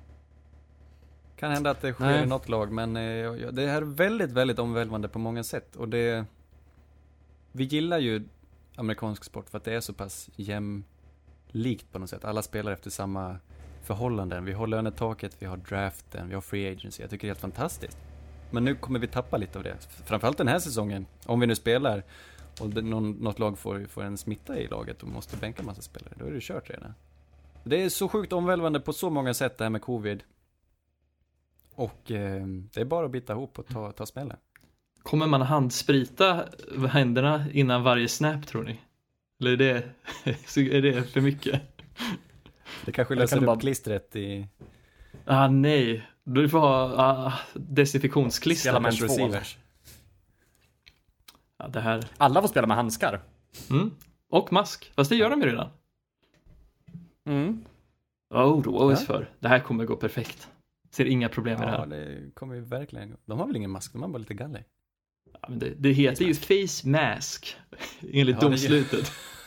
Kan hända att det sker Nej. i något lag, men eh, jag- jag- det här är väldigt, väldigt omvälvande på många sätt. Och det... Vi gillar ju amerikansk sport för att det är så pass jämlikt på något sätt. Alla spelar efter samma förhållanden. Vi har lönetaket, vi har draften, vi har free agency. Jag tycker det är helt fantastiskt. Men nu kommer vi tappa lite av det. Framförallt den här säsongen. Om vi nu spelar och det, någon, något lag får, får en smitta i laget och måste bänka en massa spelare, då är det kört redan. Det är så sjukt omvälvande på så många sätt det här med covid. Och eh, det är bara att bita ihop och ta, ta smällen. Kommer man handsprita händerna innan varje snap, tror ni? Eller är det, är det för mycket? Det kanske Jag löser kan upp bara- klistret i... Ah, nej. Du får ha ah, desinfektionsklister. Spela med en Stackars tvål. receivers. Ja, det här. Alla får spela med handskar. Mm. Och mask. Fast det gör de ju redan. Mm. Vad oroas Ja. för. Det här kommer gå perfekt. Ser inga problem med det Ja, här. det kommer ju verkligen... De har väl ingen mask, de har bara lite galler. Ja, men det, det heter ju face mask. Enligt Ja, det- domslutet.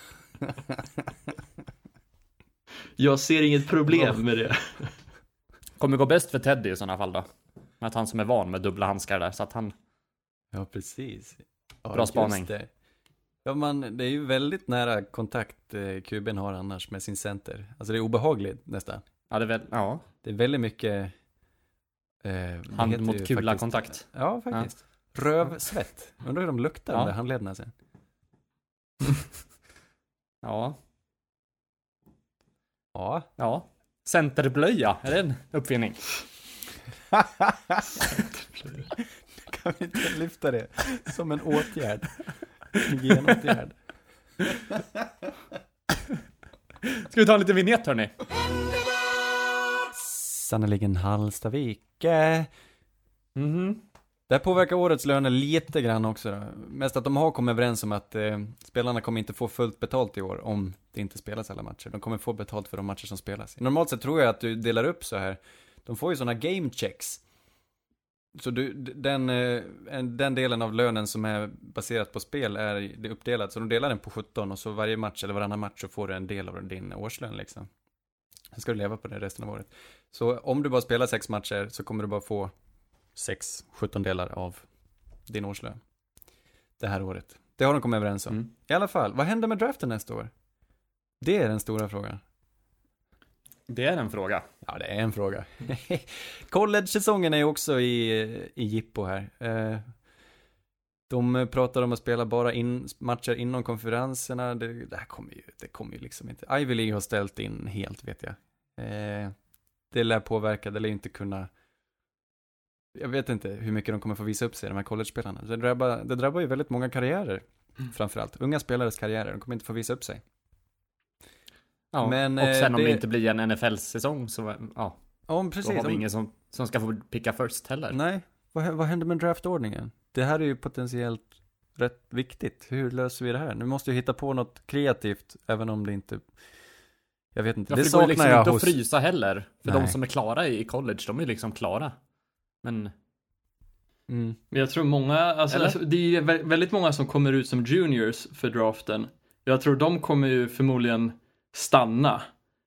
Jag ser inget problem med det. Kommer gå bäst för Teddy i sådana fall då. Att han som är van med dubbla handskar där, så att han... Ja, precis. Ja, Bra just spaning. det. Ja, man, det är ju väldigt nära kontakt eh, kuben har annars med sin center. Alltså det är obehagligt nästan. Ja, det är väl... Ja. Det är väldigt mycket... Eh, det Hand heter mot ju kula faktiskt- kontakt. Ja, faktiskt. Rövsvett. Undrar hur de luktar, Ja. de där handlederna sen. Ja. Ja. Ja. Centerblöja, är det en uppfinning? Kan vi inte lyfta det som en åtgärd? En genåtgärd. Ska vi ta en liten vignett, hörni? Sannoliken Hallstavik. Eh, Mhm. Det här påverkar årets löner lite grann också då. Mest att de har kommit överens om att eh, spelarna kommer inte få fullt betalt i år om det inte spelas alla matcher. De kommer få betalt för de matcher som spelas. Normalt sett tror jag att du delar upp så här. De får ju sådana game checks. Så du, den, eh, en- den delen av lönen som är baserat på spel är det är uppdelat. Så de delar den på sjutton och så varje match eller varannan match så får du en del av din årslön liksom. Sen ska du leva på det resten av året. Så om du bara spelar sex matcher så kommer du bara få sex, sjutton delar av din årslön. Det här året. Det har de kommit överens om. Mm. I alla fall, vad händer med draften nästa år? Det är den stora frågan. Det är en fråga. Ja, det är en fråga. College-säsongen är ju också i, i jippo här. Eh, De pratar om att spela bara in, matcher inom konferenserna. Det, det här kommer ju, det kommer ju liksom inte. Ivy League har ställt in helt, vet jag. Eh, det lär påverka, det lär ju inte kunna. Jag vet inte hur mycket de kommer få visa upp sig, de här college-spelarna. Det drabbar, det drabbar ju väldigt många karriärer, framförallt. Unga spelares karriärer, de kommer inte få visa upp sig. Ja, men, och sen det... om det inte blir en N F L-säsong så, ja. Ja, precis. Då har vi ingen som, som ska få picka först heller. Nej, vad, vad händer med draftordningen? Det här är ju potentiellt rätt viktigt. Hur löser vi det här? Nu måste jag hitta på något kreativt, även om det inte... Jag vet inte. Ja, det det saknar går liksom jag inte hos... att frysa heller. För Nej. de som är klara i college, de är liksom klara. Men... Mm. Men jag tror många, alltså, alltså det är väldigt många som kommer ut som juniors för draften. Jag tror de kommer ju förmodligen stanna.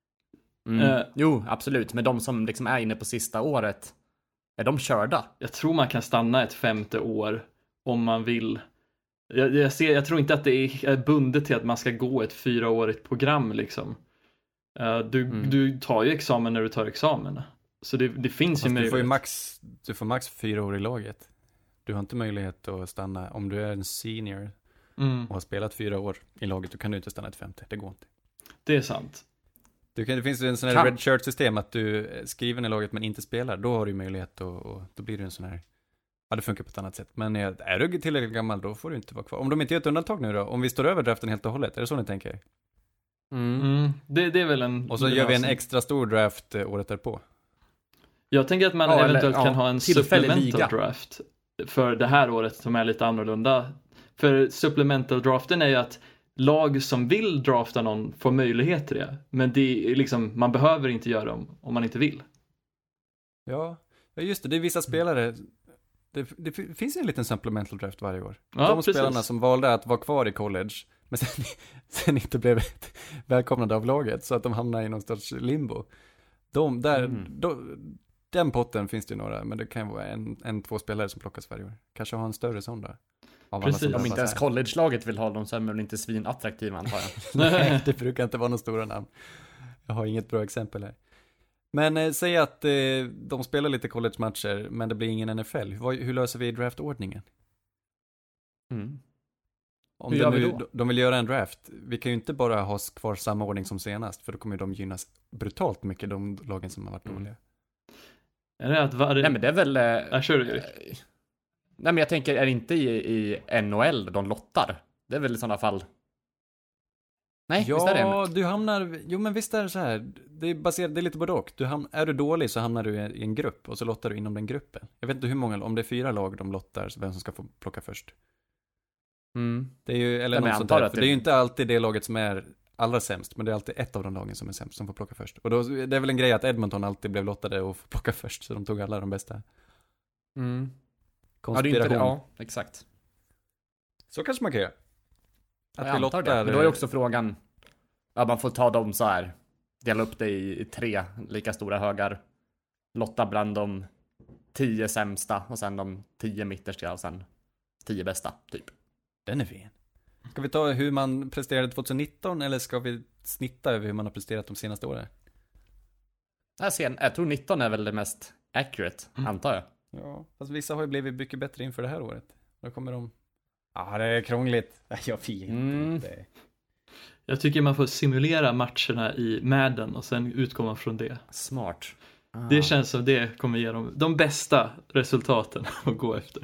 Mm. Uh, jo, absolut. Men de som liksom är inne på sista året, är de körda? Jag tror man kan stanna ett femte år om man vill. Jag, jag, ser, jag tror inte att det är bundet till att man ska gå ett fyraårigt program liksom. Uh, du, mm. du tar ju examen när du tar examen. Så det, det finns Fast ju möjlighet. Du får ju max, du får max fyra år i laget. Du har inte möjlighet att stanna. Om du är en senior mm. och har spelat fyra år i laget, då kan du inte stanna ett femte. Det går inte. Det är sant. Du kan, det finns ju en sån här red shirt system att du är skriven i laget men inte spelar. Då har du möjlighet och, och då blir du en sån här... Ja, det funkar på ett annat sätt. Men är du tillräckligt gammal, då får du inte vara kvar. Om de inte gör ett undantag nu då, om vi står över draften helt och hållet, är det så ni tänker? Mm. Mm. Det, det är väl en... Och så gör vi en extra stor draft året därpå. Jag tänker att man ja, eventuellt eller, kan ja, ha en supplemental liga. Draft för det här året som är lite annorlunda. För supplemental draften är ju att lag som vill drafta någon får möjlighet till det. Men det är liksom, man behöver inte göra dem om man inte vill. Ja, just det. Det är vissa spelare... Det, det finns ju en liten supplemental draft varje år. Ja, de precis. Spelarna som valde att vara kvar i college men sen, sen inte blev välkomnade av laget så att de hamnar i någon sorts limbo. De, där, mm. de, den potten finns det ju några, men det kan vara en, en två spelare som plockas varje år. Kanske ha en större sån där. Precis, om inte ens college-laget vill ha dem så är de inte svinattraktiva antar jag. Nej, det brukar inte vara några stora namn. Jag har inget bra exempel här. Men eh, säg att eh, de spelar lite college-matcher men det blir ingen N F L. Hur, hur löser vi draftordningen? Mm. Om det nu, de vill göra en draft. Vi kan ju inte bara ha kvar samma ordning som senast. För då kommer de gynnas brutalt mycket, de lagen som har varit dåliga. Är det att var... Nej men det är väl... Jag kör det. Nej men jag tänker, är det inte i, i N H L de lottar? Det är väl i sådana fall... Nej, ja, visst är det Ja, du hamnar... Jo, men visst är det så här. Det är baserat, det är lite både och. Du ham... Är du dålig så hamnar du i en grupp och så lottar du inom den gruppen. Jag vet inte hur många, om det är fyra lag de lottar, vem som ska få plocka först. Mm. Det är ju, eller något sånt där. För det är ju inte alltid det laget som är allra sämst, men det är alltid ett av de lagen som är sämst som får plocka först. Och då, det är väl en grej att Edmonton alltid blev lottade och får plocka först, så de tog alla de bästa. Mm. Konspiration. Ja, det är inte det. Ja, exakt. Så kanske man kan göra. Att jag vi lottar det. Men då är också frågan, ja, man får ta dem så här, dela upp det i, i tre lika stora högar, lotta bland de tio sämsta och sen de tio mittersta och sen tio bästa, typ. Den är fin. Ska vi ta hur man presterade tjugonitton eller ska vi snitta över hur man har presterat de senaste åren? Jag, ser, jag tror nitton är väl det mest accurate, mm. antar jag. Ja, fast vissa har ju blivit mycket bättre inför det här året. Då kommer de... Ja, ah, det är krångligt. Jag vet mm. inte. Jag tycker man får simulera matcherna i Madden och sen utgår man från det. Smart. Ah. Det känns som det kommer ge dem de bästa resultaten att gå efter.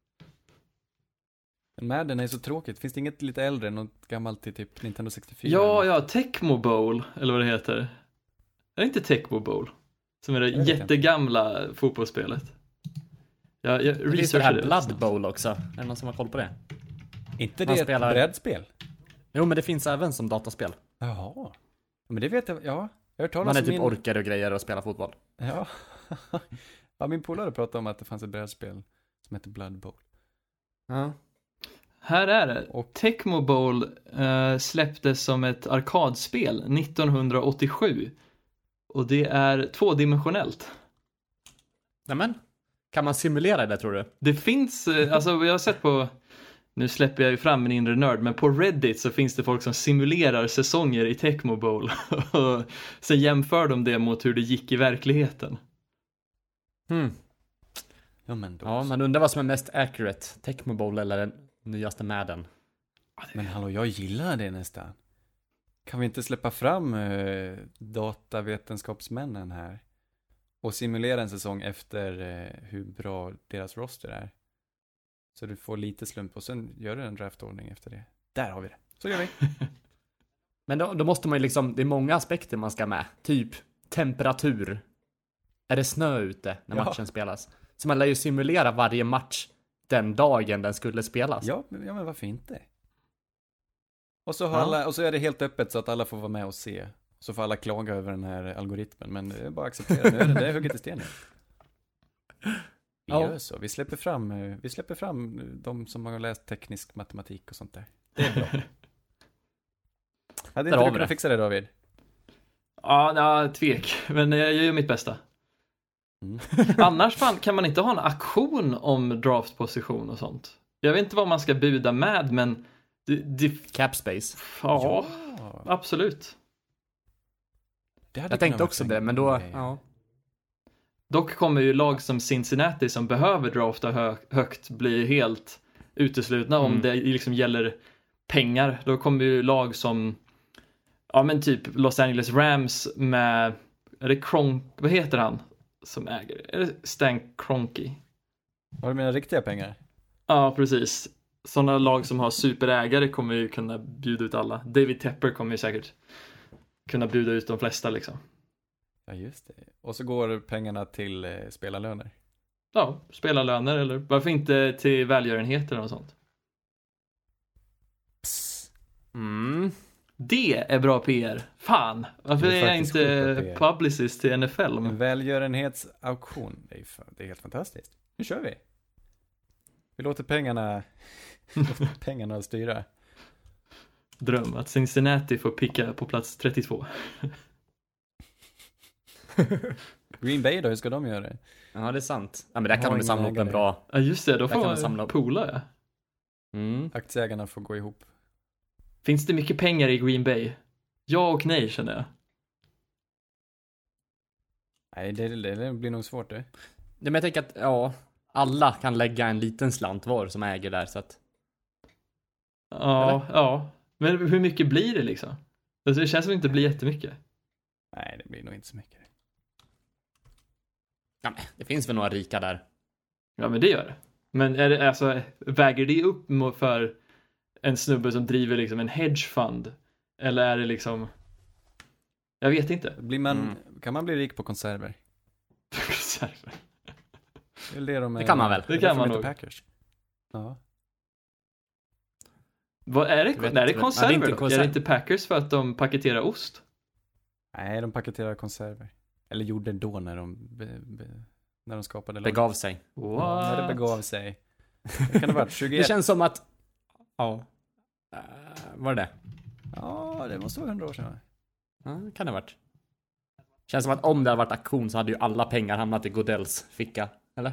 Men Madden är så tråkigt. Finns det inget lite äldre, något gammalt till typ Nintendo sextiofyra? Ja, ja, Tecmo Bowl, eller vad det heter. Är det inte Tecmo Bowl? Som är det jättegamla inte. fotbollsspelet. Ja, jag det finns det här Blood Bowl också. Är det någon som har koll på det? Inte det spelar... ett brädspel? Jo, men det finns även som dataspel. Jaha. Men det vet jag, ja. Jag har talat Man är typ min... orkar och grejer och spelar fotboll. Ja. Ja, min polare pratade om att det fanns ett brädspel som heter Blood Bowl. Ja. Här är det. Och Tecmo Bowl uh, släpptes som ett arkadspel nittonhundraåttiosju. Och det är tvådimensionellt. Nämen, kan man simulera det, tror du? Det finns, uh, alltså jag har sett på, nu släpper jag ju fram min inre nörd, men på Reddit så finns det folk som simulerar säsonger i Tecmo Bowl. Och sen jämför de det mot hur det gick i verkligheten. Hmm. Ja, men, då... ja, man undrar vad som är mest accurate, Tecmo Bowl eller den nyaste Madden. Men hallå, jag gillar det nästan. Kan vi inte släppa fram eh, datavetenskapsmännen här och simulera en säsong efter eh, hur bra deras roster är? Så du får lite slump och sen gör du en draftordning efter det. Där har vi det. Så gör vi. Men då, då måste man ju liksom, det är många aspekter man ska med. Typ temperatur. Är det snö ute när Ja. matchen spelas? Så man lär ju simulera varje match den dagen den skulle spelas. Ja, men, ja, men varför inte? Och så, har Ja. alla, och så är det helt öppet så att alla får vara med och se. Så får alla klaga över den här algoritmen. Men det är bara att acceptera. Nu är det, det är hugget i stenen. Vi Ja. gör så. Vi släpper fram, eh, vi släpper fram de som har läst teknisk matematik och sånt där. Det är bra. Hade Där inte har du vi kunnat det. fixa det, David? Ja, ja, tvek. Men jag gör mitt bästa. Mm. Annars fan, kan man inte ha en auktion om draftposition och sånt? Jag vet inte vad man ska buda med, men det, det, Cap space. ja, Ja. absolut. Det hade Jag kunnat tänkte vara också en det, men då, grej. ja. Dock kommer ju lag som Cincinnati som behöver drafta hö- högt bli helt uteslutna om Mm. det liksom gäller pengar. Då kommer ju lag som, ja men typ Los Angeles Rams med, är det Kronk, vad heter han som äger? Är det Stan Kroenke? Har du menar riktiga pengar? Ja, precis. Sådana lag som har superägare kommer ju kunna bjuda ut alla. David Tepper kommer ju säkert kunna bjuda ut de flesta liksom. Ja, just det. Och så går pengarna till eh, spelarlöner. Ja, spelarlöner eller varför inte till välgörenheter och sånt. Mm. Det är bra P R. Fan, varför Det är är, jag faktiskt inte sjukt bra P R. Mm. publicist till N F L? En välgörenhetsauktion. Det är, fa- det är helt fantastiskt. Nu kör vi. Vi låter pengarna, låter pengarna styra. Dröm att Cincinnati får picka på plats trettiotvå. Green Bay då, hur ska de göra det? Ja, det är sant. Ja, men där Har kan de ingen samla upp en ägare. bra... Ja just det, då Där får kan man man samla upp. poola ja. Mm. Aktieägarna får gå ihop. Finns det mycket pengar i Green Bay? Ja och nej känner jag. Nej, det, det, det blir nog svårt det. Ja, men jag tänker att, ja, alla kan lägga en liten slant var som äger där, så att... Ja, ja. Men hur mycket blir det liksom? Alltså, det känns som att det inte blir jättemycket. Nej, det blir nog inte så mycket. Ja, men det finns väl några rika där. Ja men det gör det. Men är det, alltså, väger det upp mo- för en snubbe som driver liksom en hedgefund? Eller är det liksom... Jag vet inte. Blir man, Mm. Kan man bli rik på konserver? Konserver. Det, är det, de är, Det kan man väl. Det, är Det kan därför man de heter nog. Packers. Ja. Vad är det? Jag vet Nej, det är inte. konserver. Ja, det är inte dock. Är det konserv- inte Packers för att de paketerar ost? Nej, de paketerar konserver. Eller gjorde då när de, be, be, när de skapade laget. Begav sig. Ja, när det What? begav sig. Det kan det ha varit tjugoett? Det känns som att... Ja. Uh, var det det? Ja, det måste vara hundra år sedan. va? Ja, det kan det ha varit. Känns som att om det hade varit auktion så hade ju alla pengar hamnat i Godells ficka. Eller?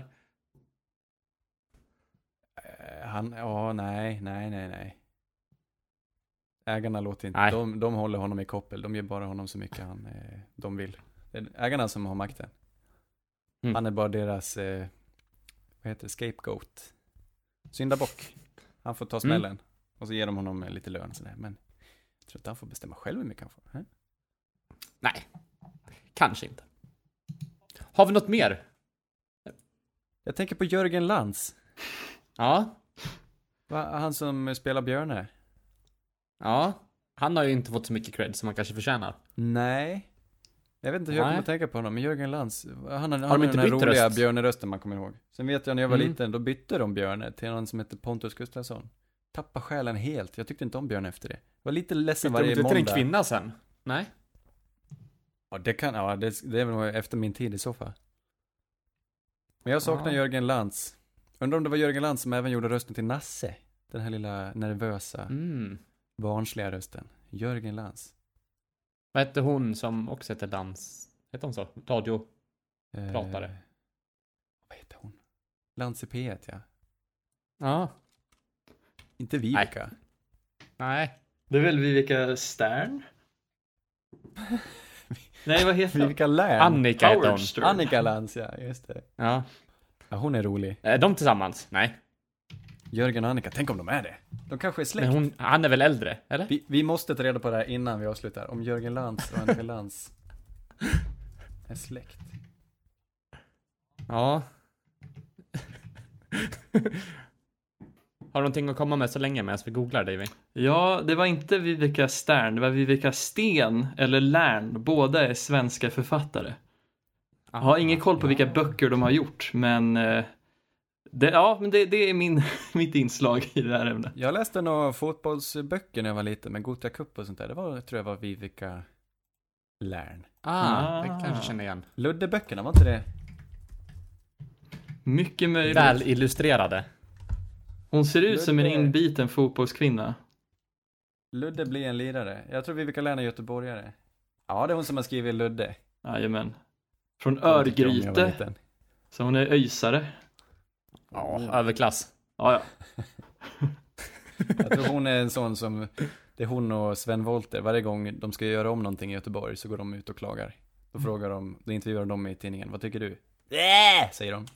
Eh, Han, ja, nej, nej, nej, nej. Ägarna låter inte, Nej. de, de håller honom i koppel. De ger bara honom så mycket han, eh, de vill. Det är ägarna som har makten. Mm. Han är bara deras, eh, vad heter det, scapegoat. Syndabock. Han får ta smällen. Och så ger de honom eh, lite lön sådär. Men jag tror inte han får bestämma själv hur mycket han får. Eh? Nej. Kanske inte. Har vi något mer? Jag tänker på Jörgen Lantz. Ja. Va, han som spelar Björne. Ja. Han har ju inte fått så mycket cred som han kanske förtjänar. Nej. Jag vet inte hur jag Nej. kommer att tänka på honom, men Jörgen Lantz, han har, han de har inte den här bytt roliga röst? Björne-rösten man kommer ihåg. Sen vet jag när jag var Mm. liten, då bytte de Björne till någon som hette Pontus Gustafsson. Tappa själen helt, jag tyckte inte om Björne efter det. Jag var lite ledsen Bytte de varje inte till en måndag. kvinna sen? Nej. Ja, det kan, ja, det, det är väl nog efter min tid i så fall. Men jag saknar Ja. Jörgen Lantz. Undrar om det var Jörgen Lantz som även gjorde rösten till Nasse. Den här lilla nervösa, Mm. barnsliga rösten. Jörgen Lantz. Vad hette hon som också heter dans? Hette hon så? Radio? Eh, Pratare. Vad heter hon? Lantz i P ett, ja. Ja. Inte Vivica. Nej. Det är väl Vivica Stern? Nej, vad heter hon? Vivica Lärn. Annika hette hon. Howard Stern. Annika Lantz, ja, just det. Ja. Ja, hon är rolig. Är de tillsammans? Nej. Jörgen och Annika, tänk om de är det. De kanske är släkt. Men hon, han är väl äldre? Eller? Vi, vi måste ta reda på det här innan vi avslutar. Om Jörgen Lantz och Annika Lantz är släkt. Ja. Har du någonting att komma med så länge medan vi googlar, David? Ja, det var inte Vivica Stern, det var Vivica Sten eller Lärn. Båda är svenska författare. Jag har ingen koll på vilka böcker de har gjort, men eh, det, ja, men det, det är min, mitt inslag i det här ämnet. Jag läste några fotbollsböcker när jag var liten med Gothia Cup och sånt där. Det var, tror jag var Vivica Lärn. Ah, Ah. det kanske känner igen. Luddeböckerna, var inte det? Mycket möjligt. Väl illustrerade. Hon ser ut som en Ludde. inbiten fotbollskvinna. Ludde blir en lirare. Jag tror Vivica Lärn är göteborgare. Ja, det är hon som har skrivit Ludde. Jajamän. Från Jag tycker om när jag var Örgryte. liten. Så hon är öjsare. Ja, överklass. Ja, ja. Jag tror hon är en sån som, det är hon och Sven Wollter, varje gång de ska göra om någonting i Göteborg så går de ut och klagar. Då Mm. frågar de, då intervjuar de i tidningen, vad tycker du? Äh! Säger de.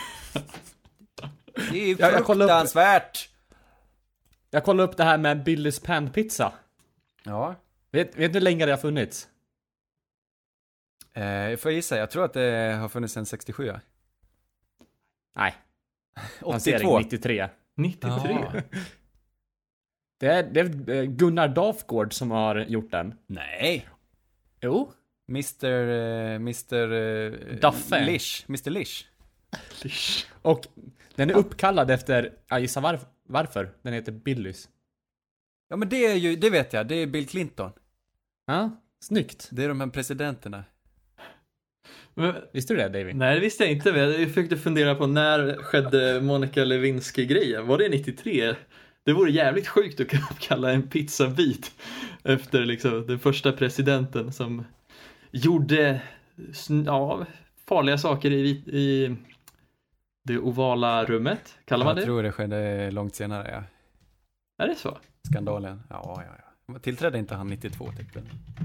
Det är ju Jag- jag kollar upp- fruktansvärt! Jag kollade upp det här med Billys panpizza. Ja, Vet, vet du hur länge det har funnits? eh, jag får gissa, jag tror att det har funnits sedan sextiosju. Ja. Nej, lansering åttiotvå. nittiotre. nittiotre. Ja. Det är, det är Gunnar Dafgård som har gjort den. Nej! Jo. mister eh, mister eh, Daffe. Lish, mister Lish. Och den är uppkallad efter, jag gissar var, varför. Den heter Billys. Ja, men det är ju, det vet jag, det är Bill Clinton. Ja, snyggt. Det är de här presidenterna. Men, Visste du det, David? nej, det visste jag inte. Men jag försökte fundera på när skedde Monica Lewinsky-grejen. Var det nittiotre? Det vore jävligt sjukt att kalla en pizzabit efter liksom den första presidenten som gjorde ja, farliga saker i, i det ovala rummet. Kallar man Jag det? tror det skedde långt senare, ja. Är det så? Skandalen. Ja, ja, ja. Tillträdde inte han nittiotvå, typ?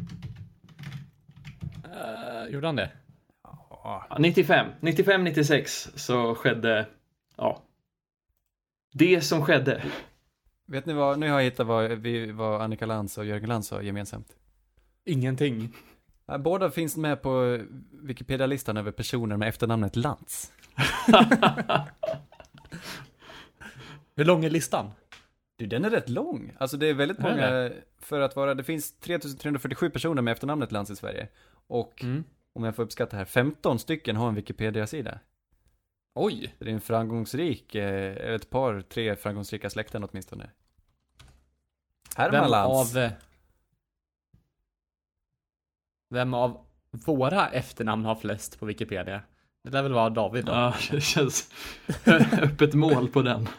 Uh, gjorde han det? Ja. Ja, nittiofem, nittiofem nittiosex så skedde ja det som skedde. Vet ni vad, nu har jag hittat vad, vi, vad Annika Lantz och Jörgen Lantz har gemensamt. Ingenting. Ja, båda finns med på Wikipedia-listan över personer med efternamnet Lantz. Hur lång är listan? Du, den är rätt lång. Alltså det är väldigt Är många, det? för att vara, det finns tre tusen trehundrafyrtiosju personer med efternamnet Lantz i Sverige. Och Mm. om jag får uppskatta här, femton stycken har en Wikipedia-sida. Oj. Det är en framgångsrik, eh, ett par, tre framgångsrika släkten åtminstone. Herman Vem Lantz. av... Vem av våra efternamn har flest på Wikipedia? Det lär väl vara David då? Ja, det känns öppet mål på den.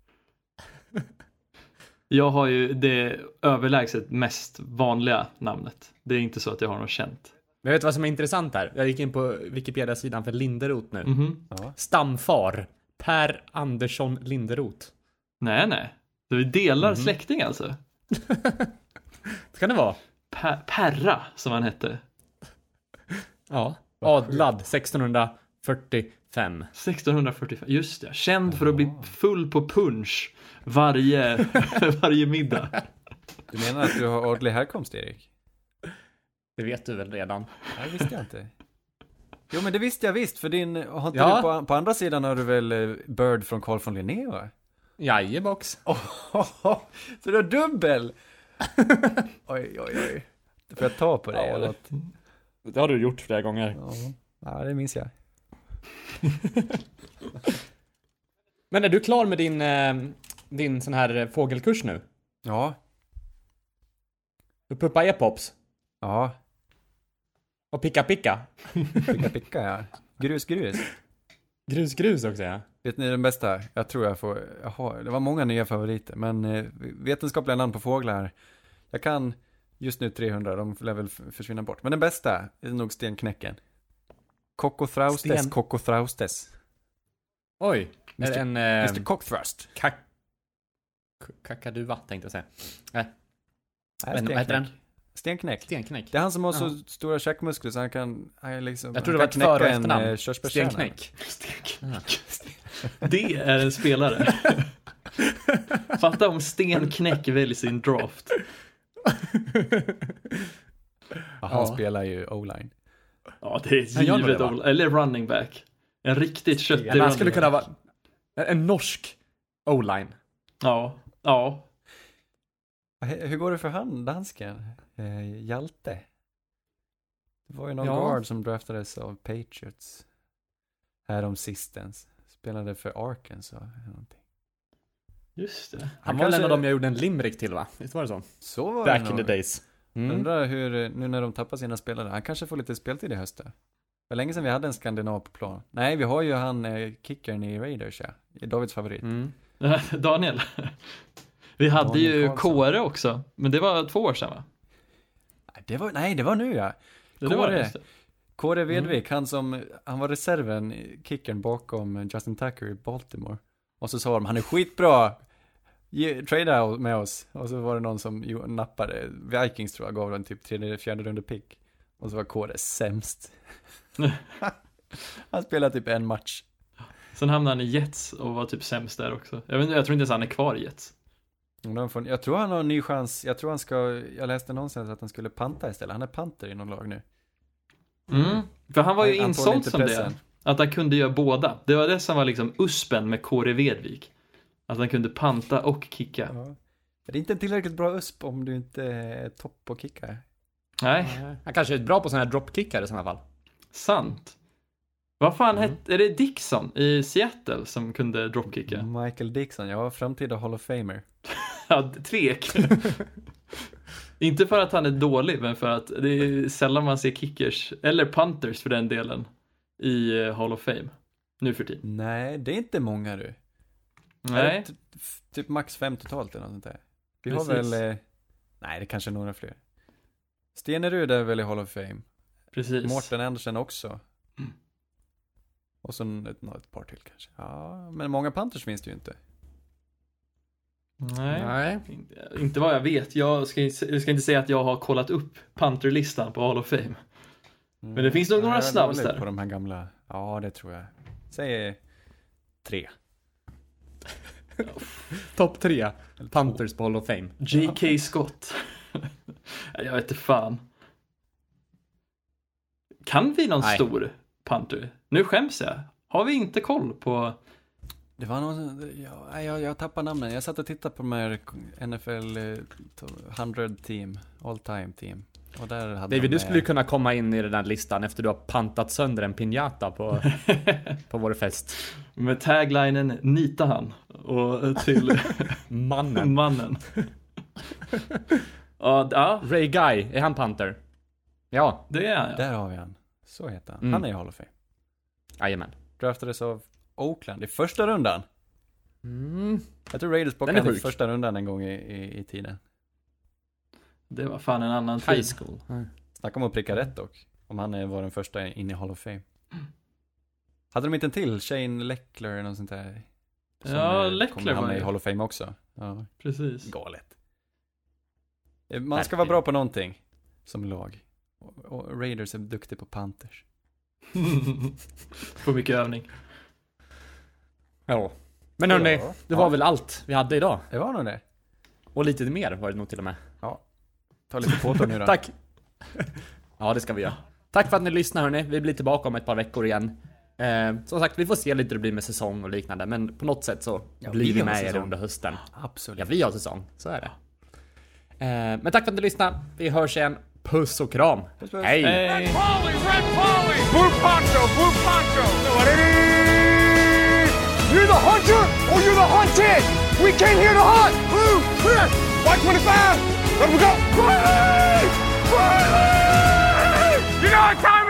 Jag har ju det överlägset mest vanliga namnet. Det är inte så att jag har något känt. Men vet du vad som är intressant här? Jag gick in på Wikipedia-sidan för Linderoth nu. Mhm. Ja. Stamfar. Per Andersson Linderoth. Nej, nej. Så vi delar Mhm. släkting alltså. Det kan det vara. Per, Perra, som han hette. Ja. Adlad sextonhundrafyrtiofem. sextonhundrafyrtiofem, just det. Känd för att bli full på punch varje, varje middag. Du menar att du har adlig härkomst, Erik? Det vet du väl redan? Nej, visste jag inte. Jo, men det visste jag visst, för din, har inte Ja. du på, på andra sidan har du väl eh, Bird från Carl von Linné, va? Jajebox. Oh, så du har dubbel! Oj, oj, oj. Får jag ta på dig? Ja, eller det- något? Det har du gjort flera gånger. Ja. Ja, det minns jag. Men är du klar med din, eh, din sån här fågelkurs nu? Ja, Du puppa e-pops? ja. Och picka picka? Picka, picka, ja. Grus, grus. Grus grus också, ja. Vet ni den bästa? Jag tror jag får, jaha, det var många nya favoriter, men eh, vetenskapliga namn på fåglar. Jag kan just nu trehundra, de lär väl f- försvinna bort. Men den bästa är nog stenknäcken. Cockothrustes, Sten- Cockothrustes. Oj. Är det mister en... Eh, mister Cockthrust. kak... k- Kakaduva tänkte jag säga. Nej, Nej, men vad heter den? stenknäck. Stenknäck. Stenknäck. Det är han som har så Ja. stora käkmuskler så han kan, han liksom, Jag tror han det var kan ett för- och knäcka en efternamn. eh, körsbärskärna. Stenknäck. Det är en spelare. Fatta om Stenknäck väljer sin draft. Ja, han Ja. spelar ju O-line. Ja, det är Han gör nog givet. det, va? all- Eller running back. En riktigt köttig Men han running skulle back. kunna vara en, en norsk O-line. Ja, ja. Hur går det för han, dansken? Eh, Hjalte? Det var ju någon ja. guard som draftades av Patriots här om sistens. Spelade för Arkansas eller någonting. Just det. Han, Han var kanske... en av dem jag gjorde en limerick till, va? Visst var det så? Så var Back det in nog. the days. Mm. Undrar hur, nu när de tappar sina spelare, han kanske får lite speltid i höst. För länge sedan vi hade en skandinav på plan. Nej, vi har ju han eh, kickern i Raiders, ja. Davids favorit. Mm. Daniel. Vi hade Daniel ju Karlsson. Kåre också, men det var två år sedan, va? Det var, nej, det var nu, ja. Det, det var Kåre, det. Kåre Vedvik, han som, han var reserven, kickern bakom Justin Tucker i Baltimore. Och så sa de, han är skitbra, Ge, trada med oss. Och så var det någon som jo, nappade, Vikings tror jag, gav den typ tredje, fjärde runde pick. Och så var Kåre sämst. Han spelade typ en match. Sen hamnade han i Jets och var typ sämst där också. Jag, vet, jag tror inte ens han är kvar i Jets. Jag tror han har en ny chans. Jag tror han ska, jag läste någonstans att han skulle panta istället. Han är panter i någon lag nu. Mm. För han var ju Han- han tål insåld inte som pressen. det. Att han kunde göra båda. Det var det som var liksom uspen med Kåre Vedvik. Att han kunde panta och kicka. Ja. Det är inte en tillräckligt bra usp om du inte är topp på kickar. Nej, Han kanske är bra på sådana här dropkickare i sådana fall. sant. Vad fan Mm. hette, är det Dixon i Seattle som kunde dropkicka? Michael Dixon, ja, framtida Hall of Famer. Ja, tvek. Inte för att han är dålig, men för att det är sällan man ser kickers, eller punters för den delen, i eh, Hall of Fame. Nu för tiden. Nej, det är inte många du. Nej, Är det t- f- typ max fem totalt eller något sånt där. Vi Precis. har väl, eh, nej det kanske är några fler. Stenerud är väl i Hall of Fame. precis. Mårten Andersen också. Mm. Och så ett, ett par till kanske. Ja, men många Panthers finns det ju inte. Nej. Nej. Inte, inte vad jag vet. Jag ska, inte- jag ska inte säga att jag har kollat upp punterlistan på Hall of Fame. Men det finns nog några jag är snabbs dålig där. på de här gamla. Ja, det tror jag. Säg tre. Topp tre Eller två. Panthers på Hall of Fame. J K. Scott. Jag vet inte fan. Kan vi någon Nej. stor punter? Nu skäms jag. Har vi inte koll på... Det var någon, ja, nej, jag, jag tappar namnen. Jag satt och tittade på de här N F L eh, hundra team, all time team. Och där hade David, de du med- skulle kunna komma in i den här listan efter du har pantat sönder en piñata på, på vår fest. Med taglinen nita han. Och till Mannen. mannen. Ja, ja, Ray Guy, är han panter? Ja, det är han. Ja. Där har vi han. Så heter han. Mm. Han är i Hall of Fame. jajamän. Draftades av Oakland i första rundan. Mm. Jag tror Raiders Den plockade är i sjuk. första rundan en gång i, i, i tiden. Det var fan en annan High tid. school. Snacka om att pricka rätt dock. Om han är- var den första in i Hall of Fame. Hade de inte en till? Shane Leckler eller något sånt där? Som, Ja, eh, Leckler kommer hamna var i ju- Hall of Fame också. Ja, Precis. galet. Eh, Man ska vara bra på någonting. Som lag. Och, och Raiders är duktiga på Panthers. Får mycket övning. Ja. Men hörni, Ja. det var Ja. väl allt vi hade idag. Det var nog det. Och lite mer var det nog till och med. Ta lite påtår nu då. Tack. Ja, det ska vi göra. Tack för att ni lyssnar hörni. Vi blir tillbaka om ett par veckor igen. Eh, som sagt, vi får se lite hur det blir med säsong och liknande. Men på något sätt så Ja, blir vi vi har med er säsong. under hösten. Absolut. Ja, vi har säsong. Så är det. Eh, men tack för att ni lyssnade. Vi hörs igen. Puss och kram. Puss, puss. Hej! Hej! Polly, Red Polly! Blue Poncho, Blue Poncho! You're the hunter or you're the hunted! We came here to hunt! Blue, clear! White twenty-five! Let we go! Riley! Riley! You know what time